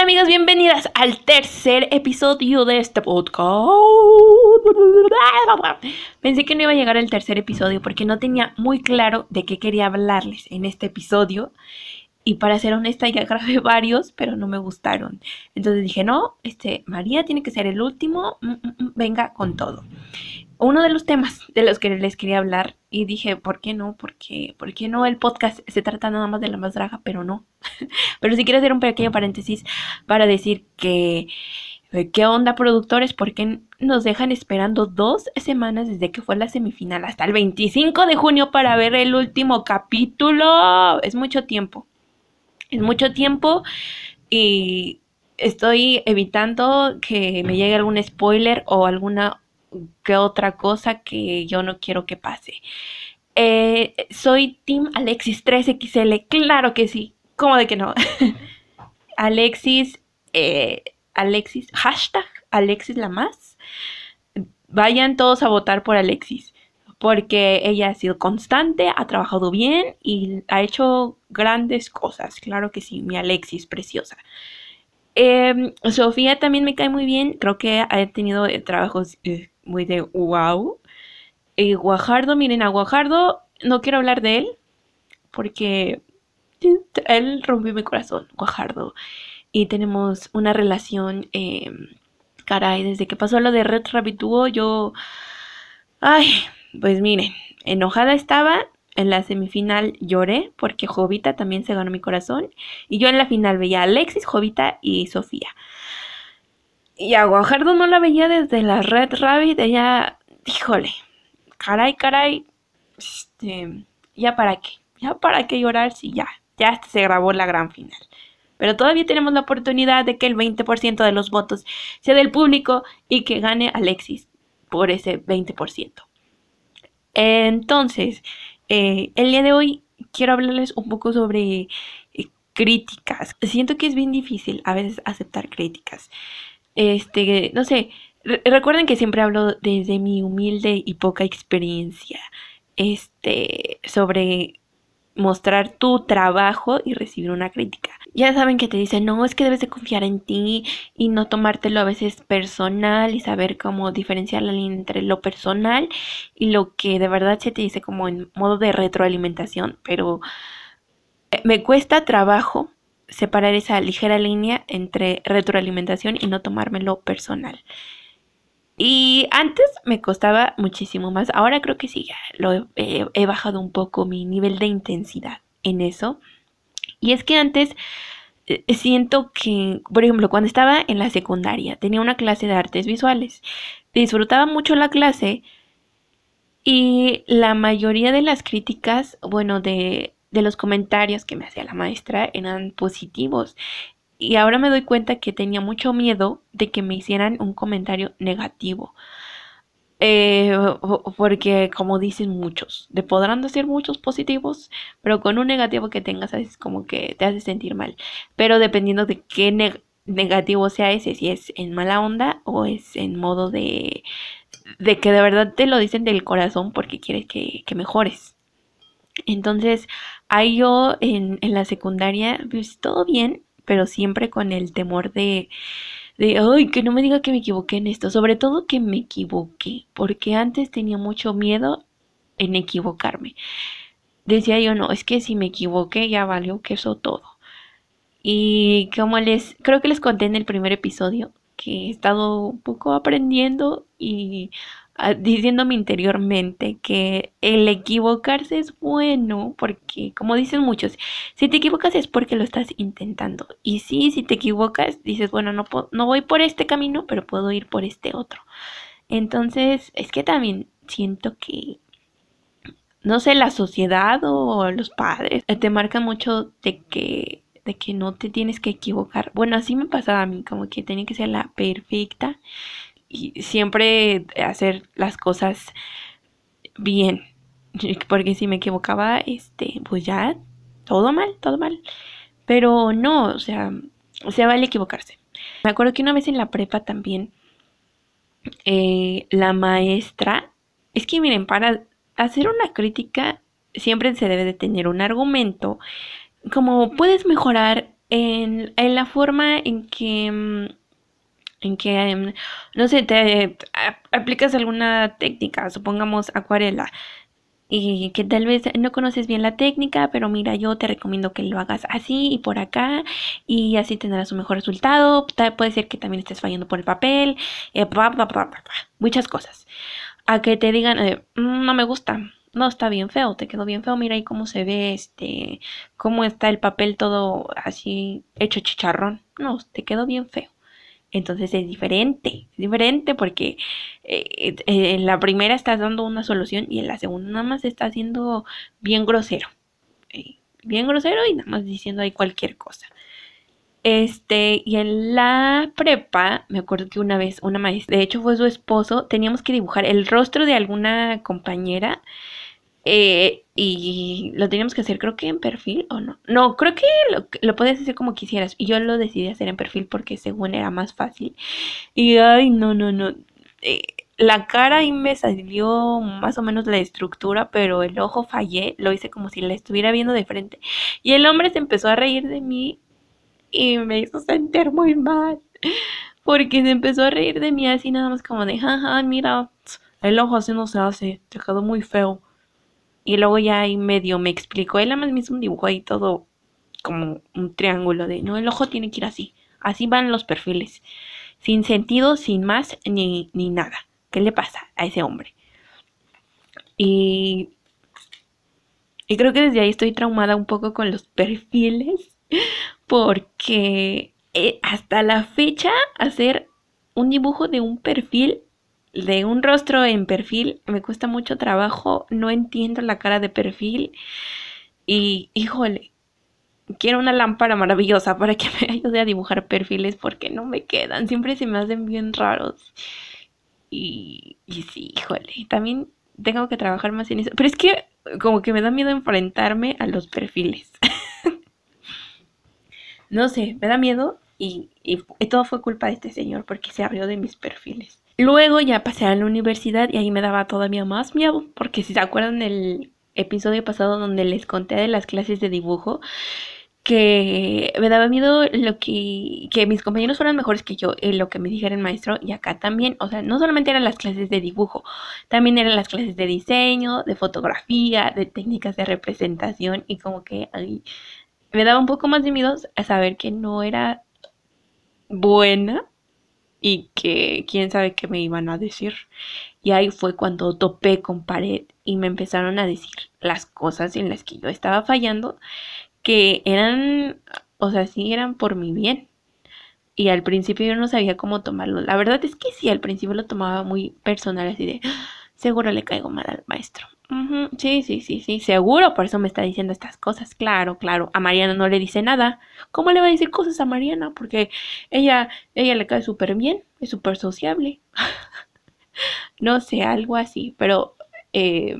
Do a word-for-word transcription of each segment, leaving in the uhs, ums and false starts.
amigas, bienvenidas al tercer episodio de este podcast. Pensé que no iba a llegar al tercer episodio porque no tenía muy claro de qué quería hablarles en este episodio. Y para ser honesta ya grabé varios, pero no me gustaron. Entonces dije, no, este, María tiene que ser el último, mm, mm, mm, venga con todo. Uno de los temas de los que les quería hablar, y dije, ¿por qué no? Porque, ¿por qué no? El podcast se trata nada más de la más draga, pero no. Pero sí quiero hacer un pequeño paréntesis para decir que, ¿qué onda, productores? ¿Por qué nos dejan esperando dos semanas desde que fue la semifinal hasta el veinticinco de junio para ver el último capítulo? Es mucho tiempo. Es mucho tiempo y estoy evitando que me llegue algún spoiler o alguna que otra cosa que yo no quiero que pase. Eh, soy Team Alexis tres equis ele, claro que sí, ¿cómo de que no? Alexis, eh, Alexis, hashtag Alexis la más. Vayan todos a votar por Alexis, porque ella ha sido constante, ha trabajado bien y ha hecho grandes cosas, claro que sí, mi Alexis preciosa. Eh, Sofía también me cae muy bien, creo que ha tenido eh, trabajos eh, muy de wow. Eh, Guajardo, miren, a Guajardo no quiero hablar de él porque él rompió mi corazón, Guajardo. Y tenemos una relación, eh, caray, desde que pasó lo de Red Rabbit Duo, yo... Ay, pues miren, enojada estaba. En la semifinal lloré porque Jovita también se ganó mi corazón. Y yo en la final veía a Alexis, Jovita y Sofía. Y a Guajardo no la veía desde la Red Rabbit. Ella, híjole, caray, caray. Este, ya para qué, ya para qué llorar si ya, ya hasta se grabó la gran final. Pero todavía tenemos la oportunidad de que el veinte por ciento de los votos sea del público y que gane Alexis por ese veinte por ciento. Entonces, eh, el día de hoy quiero hablarles un poco sobre eh, críticas. Siento que es bien difícil a veces aceptar críticas. Este, no sé, re- recuerden que siempre hablo desde mi humilde y poca experiencia, este, sobre mostrar tu trabajo y recibir una crítica. Ya saben que te dicen, no, es que debes de confiar en ti y no tomártelo a veces personal y saber cómo diferenciar la línea entre lo personal y lo que de verdad se te dice como en modo de retroalimentación, pero me cuesta trabajo separar esa ligera línea entre retroalimentación y no tomármelo personal. Y antes me costaba muchísimo más. Ahora creo que sí, ya lo he, he, he bajado un poco mi nivel de intensidad en eso. Y es que antes eh, siento que, por ejemplo, cuando estaba en la secundaria, tenía una clase de artes visuales. Disfrutaba mucho la clase y la mayoría de las críticas, bueno, de, de los comentarios que me hacía la maestra eran positivos. Y ahora me doy cuenta que tenía mucho miedo de que me hicieran un comentario negativo. Eh, porque como dicen muchos, te podrán decir muchos positivos, pero con un negativo que tengas es como que te hace sentir mal. Pero dependiendo de qué neg- negativo sea ese, si es en mala onda o es en modo de, de que de verdad te lo dicen del corazón porque quieres que, que mejores. Entonces, ahí yo en, en la secundaria, pues todo bien, pero siempre con el temor de, de, ay, que no me diga que me equivoqué en esto, sobre todo que me equivoqué, porque antes tenía mucho miedo en equivocarme. Decía yo, no, es que si me equivoqué ya valió que eso todo. Y como les, creo que les conté en el primer episodio que he estado un poco aprendiendo y ah, diciéndome interiormente que el equivocarse es bueno, porque como dicen muchos, si te equivocas es porque lo estás intentando. Y sí, si te equivocas, dices, bueno, no, po- no voy por este camino, pero puedo ir por este otro. Entonces, es que también siento que, no sé, la sociedad o los padres eh, te marcan mucho de que de que no te tienes que equivocar. Bueno, así me pasaba a mí, como que tenía que ser la perfecta y siempre hacer las cosas bien. Porque si me equivocaba, este, pues ya todo mal, todo mal. Pero no, o sea, se vale equivocarse. Me acuerdo que una vez en la prepa también eh, la maestra, es que miren, para hacer una crítica siempre se debe de tener un argumento, como puedes mejorar en, en la forma en que, mm, en que, em, no sé, te a- aplicas alguna técnica, supongamos acuarela, y que tal vez no conoces bien la técnica, pero mira, yo te recomiendo que lo hagas así y por acá, y así tendrás un mejor resultado. Ta- Puede ser que también estés fallando por el papel, eh, bla, bla, bla, bla, bla, muchas cosas. A que te digan, eh, "Mm, no me gusta, no está bien feo, te quedó bien feo, mira ahí cómo se ve, este, cómo está el papel todo así hecho chicharrón. No, te quedó bien feo. Entonces es diferente, es diferente porque eh, eh, en la primera estás dando una solución y en la segunda nada más estás haciendo bien grosero. eh, Bien grosero y nada más diciendo ahí cualquier cosa. Este, y en la prepa, me acuerdo que una vez una maestra, de hecho fue su esposo, teníamos que dibujar el rostro de alguna compañera, eh, y lo teníamos que hacer, creo que en perfil o no. No, creo que lo, lo podías hacer como quisieras. Y yo lo decidí hacer en perfil porque según era más fácil. Y ay, no, no, no. Eh, la cara ahí me salió más o menos la estructura, pero el ojo fallé. Lo hice como si la estuviera viendo de frente. Y el hombre se empezó a reír de mí y me hizo sentir muy mal. Porque se empezó a reír de mí así nada más como de, jaja, mira, el ojo así no se hace, te quedó muy feo. Y luego ya ahí medio me explicó, él además me hizo un dibujo ahí todo como un triángulo de, no, el ojo tiene que ir así, así van los perfiles, sin sentido, sin más, ni, ni nada. ¿Qué le pasa a ese hombre? Y, y creo que desde ahí estoy traumada un poco con los perfiles, porque eh, hasta la fecha hacer un dibujo de un perfil, de un rostro en perfil, me cuesta mucho trabajo, no entiendo la cara de perfil y híjole, quiero una lámpara maravillosa para que me ayude a dibujar perfiles porque no me quedan, siempre se me hacen bien raros. Y, y sí, híjole, también tengo que trabajar más en eso. Pero es que como que me da miedo enfrentarme a los perfiles. No sé, me da miedo y, y, y todo fue culpa de este señor porque se abrió de mis perfiles. Luego ya pasé a la universidad y ahí me daba todavía más miedo porque si se acuerdan del episodio pasado donde les conté de las clases de dibujo, que me daba miedo lo que, que mis compañeros fueran mejores que yo en lo que me dijera el maestro y acá también, o sea, no solamente eran las clases de dibujo, también eran las clases de diseño, de fotografía, de técnicas de representación y como que ay, me daba un poco más de miedo a saber que no era buena y que quién sabe qué me iban a decir. Y ahí fue cuando topé con pared y me empezaron a decir las cosas en las que yo estaba fallando que eran, o sea, sí eran por mi bien. Y al principio yo no sabía cómo tomarlo. La verdad es que sí, al principio lo tomaba muy personal, así de, "Ah, seguro le caigo mal al maestro. Ujú, sí, sí, sí, sí, seguro, por eso me está diciendo estas cosas. Claro, claro, a Mariana no le dice nada. ¿Cómo le va a decir cosas a Mariana? Porque ella, ella le cae súper bien, es súper sociable. No sé, algo así, pero eh,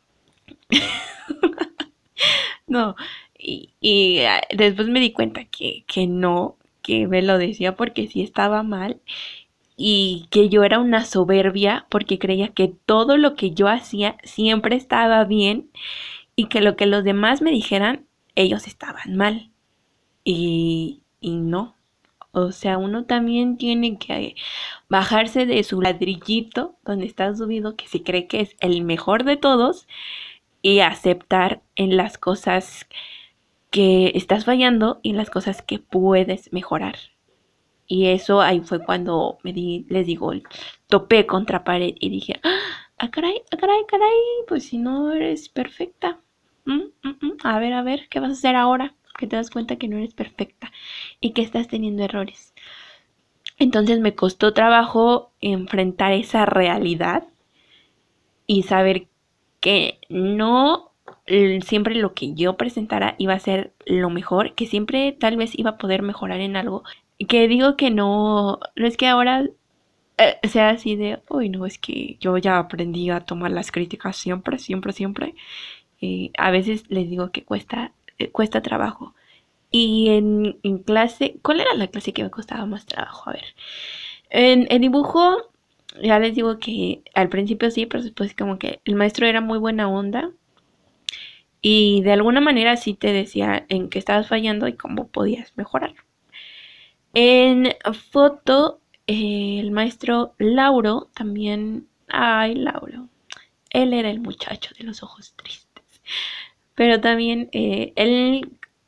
no, y, y, ah, después me di cuenta que, que no, que me lo decía porque sí estaba mal y que yo era una soberbia porque creía que todo lo que yo hacía siempre estaba bien y que lo que los demás me dijeran, ellos estaban mal. Y, y no. O sea, uno también tiene que bajarse de su ladrillito donde está subido, que se cree que es el mejor de todos, y aceptar en las cosas que estás fallando y en las cosas que puedes mejorar. Y eso ahí fue cuando me di, les digo, topé contra pared y dije, ah, caray, ah, caray, caray, pues si no eres perfecta. Mm, mm, mm, A ver, a ver, ¿qué vas a hacer ahora? Que te das cuenta que no eres perfecta y que estás teniendo errores. Entonces me costó trabajo enfrentar esa realidad y saber que no siempre lo que yo presentara iba a ser lo mejor, que siempre tal vez iba a poder mejorar en algo. Que digo que no, no es que ahora eh, sea así de, uy, no, es que yo ya aprendí a tomar las críticas siempre, siempre, siempre. Eh, a veces les digo que cuesta, eh, cuesta trabajo. Y en, en clase, ¿cuál era la clase que me costaba más trabajo? A ver, en, en dibujo, ya les digo que al principio sí, pero después como que el maestro era muy buena onda y de alguna manera sí te decía en qué estabas fallando y cómo podías mejorar. En foto, eh, el maestro Lauro también, ay, Lauro, él era el muchacho de los ojos tristes, pero también eh, él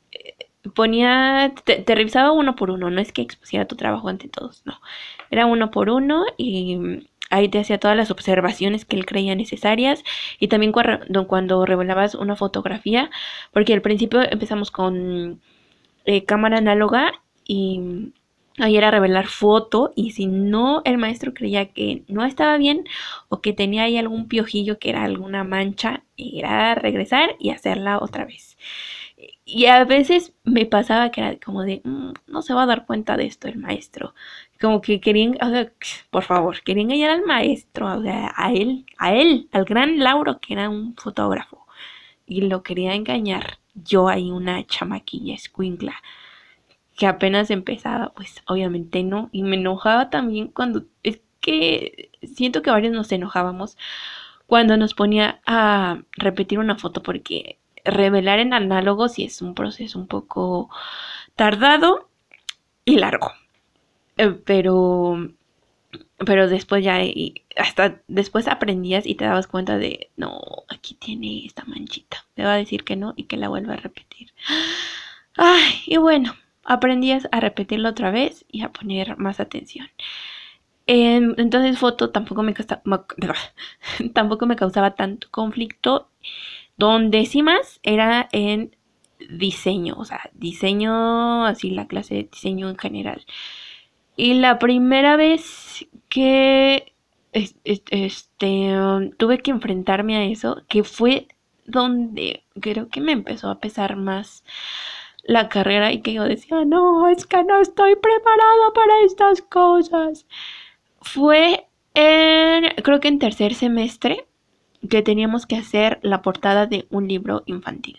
ponía, te, te revisaba uno por uno, no es que expusiera tu trabajo ante todos, no, era uno por uno y ahí te hacía todas las observaciones que él creía necesarias y también cuando, cuando revelabas una fotografía, porque al principio empezamos con eh, cámara análoga y ahí era revelar foto y si no el maestro creía que no estaba bien o que tenía ahí algún piojillo que era alguna mancha, era regresar y hacerla otra vez. Y a veces me pasaba que era como de, mmm, no se va a dar cuenta de esto el maestro. Como que querían, o sea, por favor, querían engañar al maestro, o sea, a él, a él, al gran Lauro, que era un fotógrafo. Y lo quería engañar yo ahí, una chamaquilla escuincla, que apenas empezaba, pues obviamente no. Y me enojaba también cuando, es que siento que varios nos enojábamos cuando nos ponía a repetir una foto porque revelar en análogo sí es un proceso un poco tardado y largo. Eh, pero pero después ya y hasta después aprendías y te dabas cuenta de no, aquí tiene esta manchita. Me va a decir que no y que la vuelva a repetir. Ay, y bueno, aprendías a repetirlo otra vez y a poner más atención. Entonces foto tampoco me, causaba, tampoco me causaba tanto conflicto. Donde sí más era en diseño, o sea, diseño, así la clase de diseño en general. Y la primera vez que este, um, tuve que enfrentarme a eso, que fue donde creo que me empezó a pesar más la carrera y que yo decía, no, es que no estoy preparada para estas cosas. Fue en, creo que en tercer semestre, que teníamos que hacer la portada de un libro infantil.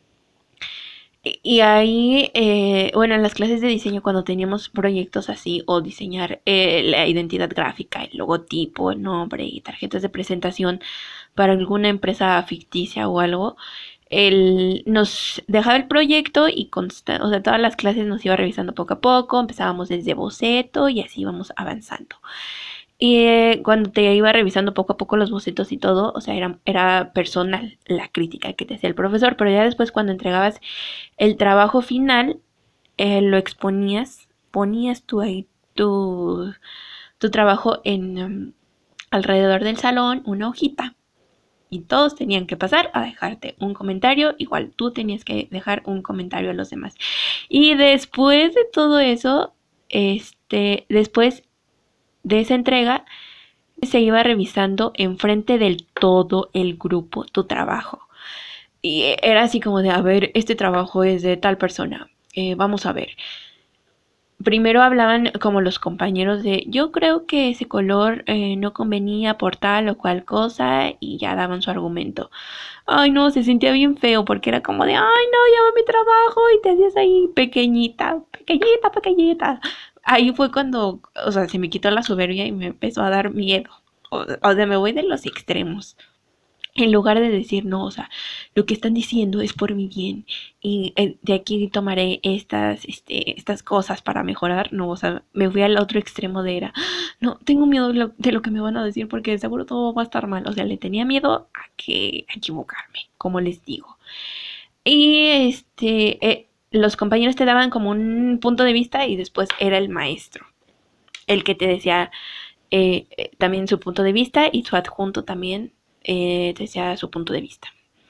Y ahí, eh, bueno, en las clases de diseño, cuando teníamos proyectos así, o diseñar eh, la identidad gráfica, el logotipo, el nombre y tarjetas de presentación para alguna empresa ficticia o algo, él nos dejaba el proyecto y consta, o sea, todas las clases nos iba revisando poco a poco, empezábamos desde boceto y así íbamos avanzando. Y eh, cuando te iba revisando poco a poco los bocetos y todo, o sea, era, era personal la crítica que te hacía el profesor, pero ya después cuando entregabas el trabajo final, eh, lo exponías, ponías tú ahí tu, tu trabajo en um, alrededor del salón, una hojita. Y todos tenían que pasar a dejarte un comentario, igual tú tenías que dejar un comentario a los demás. Y después de todo eso, este, después de esa entrega, se iba revisando enfrente del todo el grupo tu trabajo. Y era así como de, a ver, este trabajo es de tal persona, eh, vamos a ver. Primero hablaban como los compañeros de, yo creo que ese color eh, no convenía por tal o cual cosa y ya daban su argumento. Ay no, se sentía bien feo porque era como de, ay no, ya va mi trabajo y te hacías ahí pequeñita, pequeñita, pequeñita. Ahí fue cuando, o sea, se me quitó la soberbia y me empezó a dar miedo. O, o sea, me voy de los extremos. En lugar de decir, no, o sea, lo que están diciendo es por mi bien y eh, de aquí tomaré estas, este, estas cosas para mejorar, no, o sea, me fui al otro extremo de era, no, tengo miedo de lo, de lo que me van a decir porque seguro todo va a estar mal, o sea, le tenía miedo a que a equivocarme, como les digo. Y este, eh, los compañeros te daban como un punto de vista y después era el maestro, el que te decía eh, eh, también su punto de vista y su adjunto también eh, decía su punto de vista.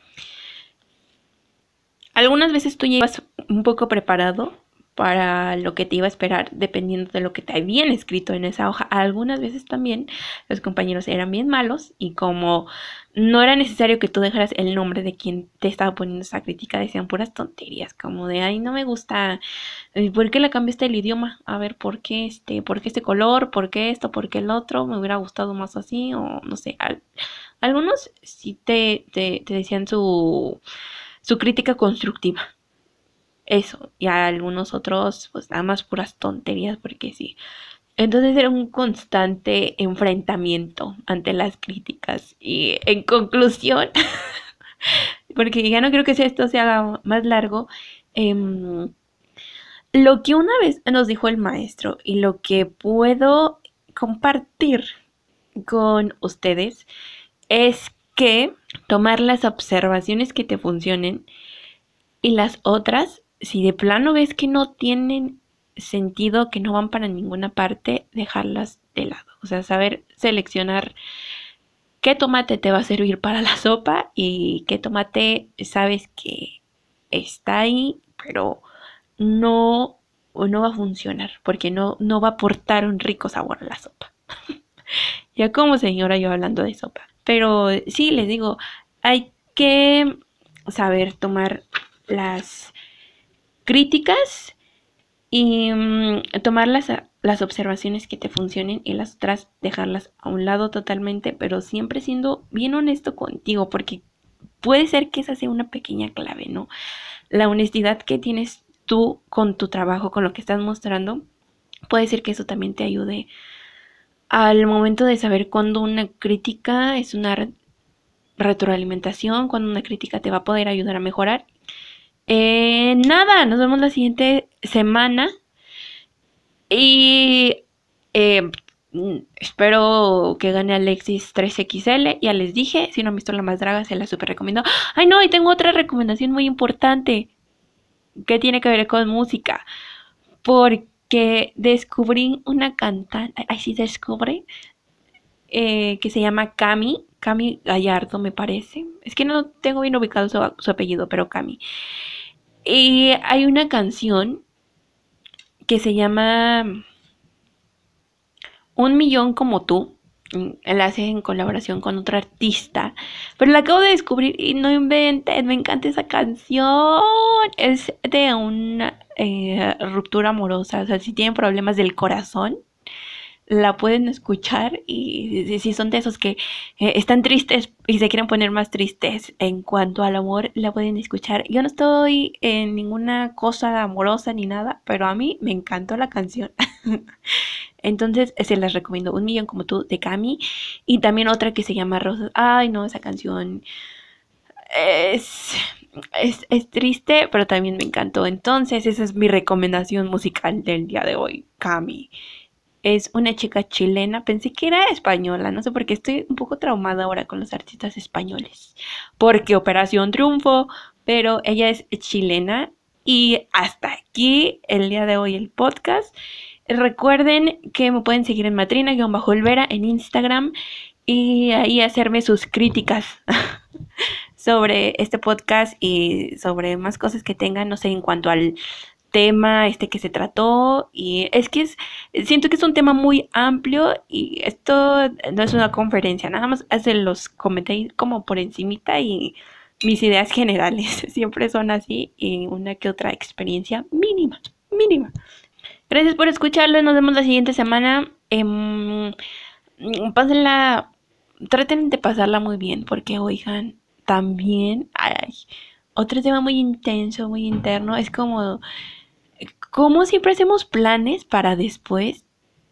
Algunas veces tú llevas un poco preparado para lo que te iba a esperar dependiendo de lo que te habían escrito en esa hoja. Algunas veces también los compañeros eran bien malos y como no era necesario que tú dejaras el nombre de quien te estaba poniendo esa crítica, decían puras tonterías como de, ay, no me gusta, ¿por qué le cambiaste el idioma? A ver, ¿por qué este, por qué este color? ¿Por qué esto? ¿Por qué el otro? Me hubiera gustado más así o no sé. Al, algunos sí te, te, te decían su, su crítica constructiva. Eso, y a algunos otros, pues nada más puras tonterías, porque sí. Entonces era un constante enfrentamiento ante las críticas. Y en conclusión, porque ya no creo que esto se haga más largo. em, lo que una vez nos dijo el maestro y lo que puedo compartir con ustedes es que tomar las observaciones que te funcionen y las otras, si de plano ves que no tienen sentido, que no van para ninguna parte, dejarlas de lado. O sea, saber seleccionar qué tomate te va a servir para la sopa y qué tomate sabes que está ahí, pero no, no va a funcionar porque no, no va a aportar un rico sabor a la sopa. Ya como señora yo hablando de sopa. Pero sí, les digo, hay que saber tomar las críticas y mm, tomar las, las observaciones que te funcionen y las otras dejarlas a un lado totalmente, pero siempre siendo bien honesto contigo, porque puede ser que esa sea una pequeña clave, ¿no? La honestidad que tienes tú con tu trabajo, con lo que estás mostrando, puede ser que eso también te ayude al momento de saber cuándo una crítica es una re- retroalimentación, cuándo una crítica te va a poder ayudar a mejorar. Eh, nada, nos vemos la siguiente semana y eh, mm, espero que gane Alexis tres X L. Ya les dije, si no han visto La Más Draga, se la super recomiendo. Ay, no, y tengo otra recomendación muy importante que tiene que ver con música. Porque descubrí una cantante, ay sí descubrí, eh, que se llama Cami, Cami Gallardo me parece. Es que no tengo bien ubicado su, su apellido, pero Cami. Y hay una canción que se llama Un millón como tú. La hace en colaboración con otro artista. Pero la acabo de descubrir y no inventes, me encanta esa canción. Es de una eh, ruptura amorosa. O sea, si tienen problemas del corazón, la pueden escuchar y si son de esos que eh, están tristes y se quieren poner más tristes en cuanto al amor, la pueden escuchar. Yo no estoy en ninguna cosa amorosa ni nada, pero a mí me encantó la canción. Entonces se las recomiendo. Un millón como tú de Cami y también otra que se llama Rosas. Ay, no, esa canción es, es, es triste, pero también me encantó. Entonces esa es mi recomendación musical del día de hoy, Cami. Es una chica chilena, pensé que era española, no sé por qué estoy un poco traumada ahora con los artistas españoles, porque Operación Triunfo, pero ella es chilena y hasta aquí el día de hoy el podcast. Recuerden que me pueden seguir en Matrina-Olvera en Instagram y ahí hacerme sus críticas sobre este podcast y sobre más cosas que tengan, no sé, en cuanto al tema este que se trató y es que es siento que es un tema muy amplio y esto no es una conferencia, nada más hacen los comentarios como por encimita y mis ideas generales siempre son así y una que otra experiencia mínima, mínima. Gracias por escucharlo, nos vemos la siguiente semana. Eh, pásenla, traten de pasarla muy bien porque oigan, también ay, otro tema muy intenso, muy interno, es como como siempre hacemos planes para después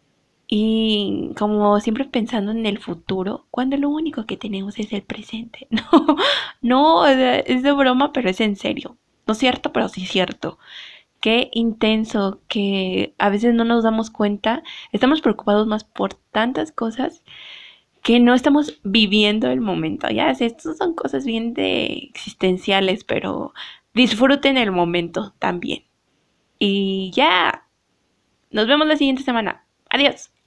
y como siempre pensando en el futuro, cuando lo único que tenemos es el presente. No, no, es de broma, pero es en serio. No es cierto, pero sí es cierto. Qué intenso que a veces no nos damos cuenta. Estamos preocupados más por tantas cosas que no estamos viviendo el momento. Ya, estas son cosas bien de existenciales, pero disfruten el momento también. Y ya, nos vemos la siguiente semana. Adiós.